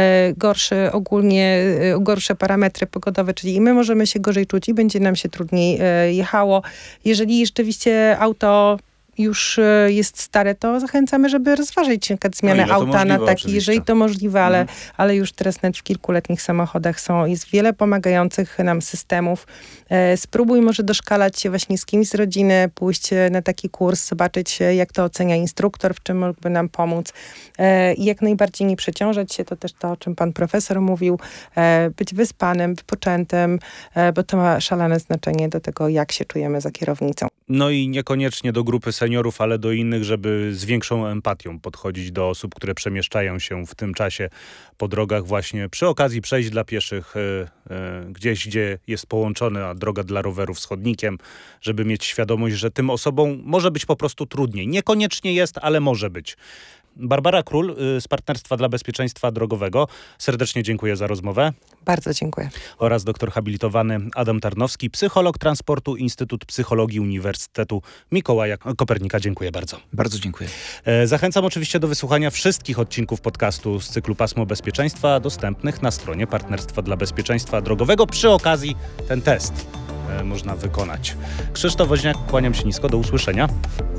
gorsze parametry pogodowe, czyli my możemy się gorzej czuć i będzie nam się trudniej jechało. Jeżeli rzeczywiście auto już jest stare, to zachęcamy, żeby rozważyć na przykład zmianę auta na taki, jeżeli to możliwe, ale już teraz nawet w kilkuletnich samochodach jest wiele pomagających nam systemów. Spróbuj może doszkalać się właśnie z kimś z rodziny, pójść na taki kurs, zobaczyć jak to ocenia instruktor, w czym mógłby nam pomóc. I jak najbardziej nie przeciążać się, to też to, o czym pan profesor mówił, być wyspanym, wypoczętym, bo to ma szalone znaczenie do tego, jak się czujemy za kierownicą. No i niekoniecznie do grupy seniorów, ale do innych, żeby z większą empatią podchodzić do osób, które przemieszczają się w tym czasie po drogach właśnie. Przy okazji przejść dla pieszych gdzieś, gdzie jest połączona droga dla rowerów z chodnikiem, żeby mieć świadomość, że tym osobom może być po prostu trudniej. Niekoniecznie jest, ale może być. Barbara Król z Partnerstwa dla Bezpieczeństwa Drogowego. Serdecznie dziękuję za rozmowę. Bardzo dziękuję. Oraz doktor habilitowany Adam Tarnowski, psycholog transportu, Instytut Psychologii Uniwersytetu Mikołaja Kopernika. Dziękuję bardzo. Bardzo dziękuję. Zachęcam oczywiście do wysłuchania wszystkich odcinków podcastu z cyklu Pasmo Bezpieczeństwa dostępnych na stronie Partnerstwa dla Bezpieczeństwa Drogowego. Przy okazji ten test można wykonać. Krzysztof Woźniak, kłaniam się nisko. Do usłyszenia.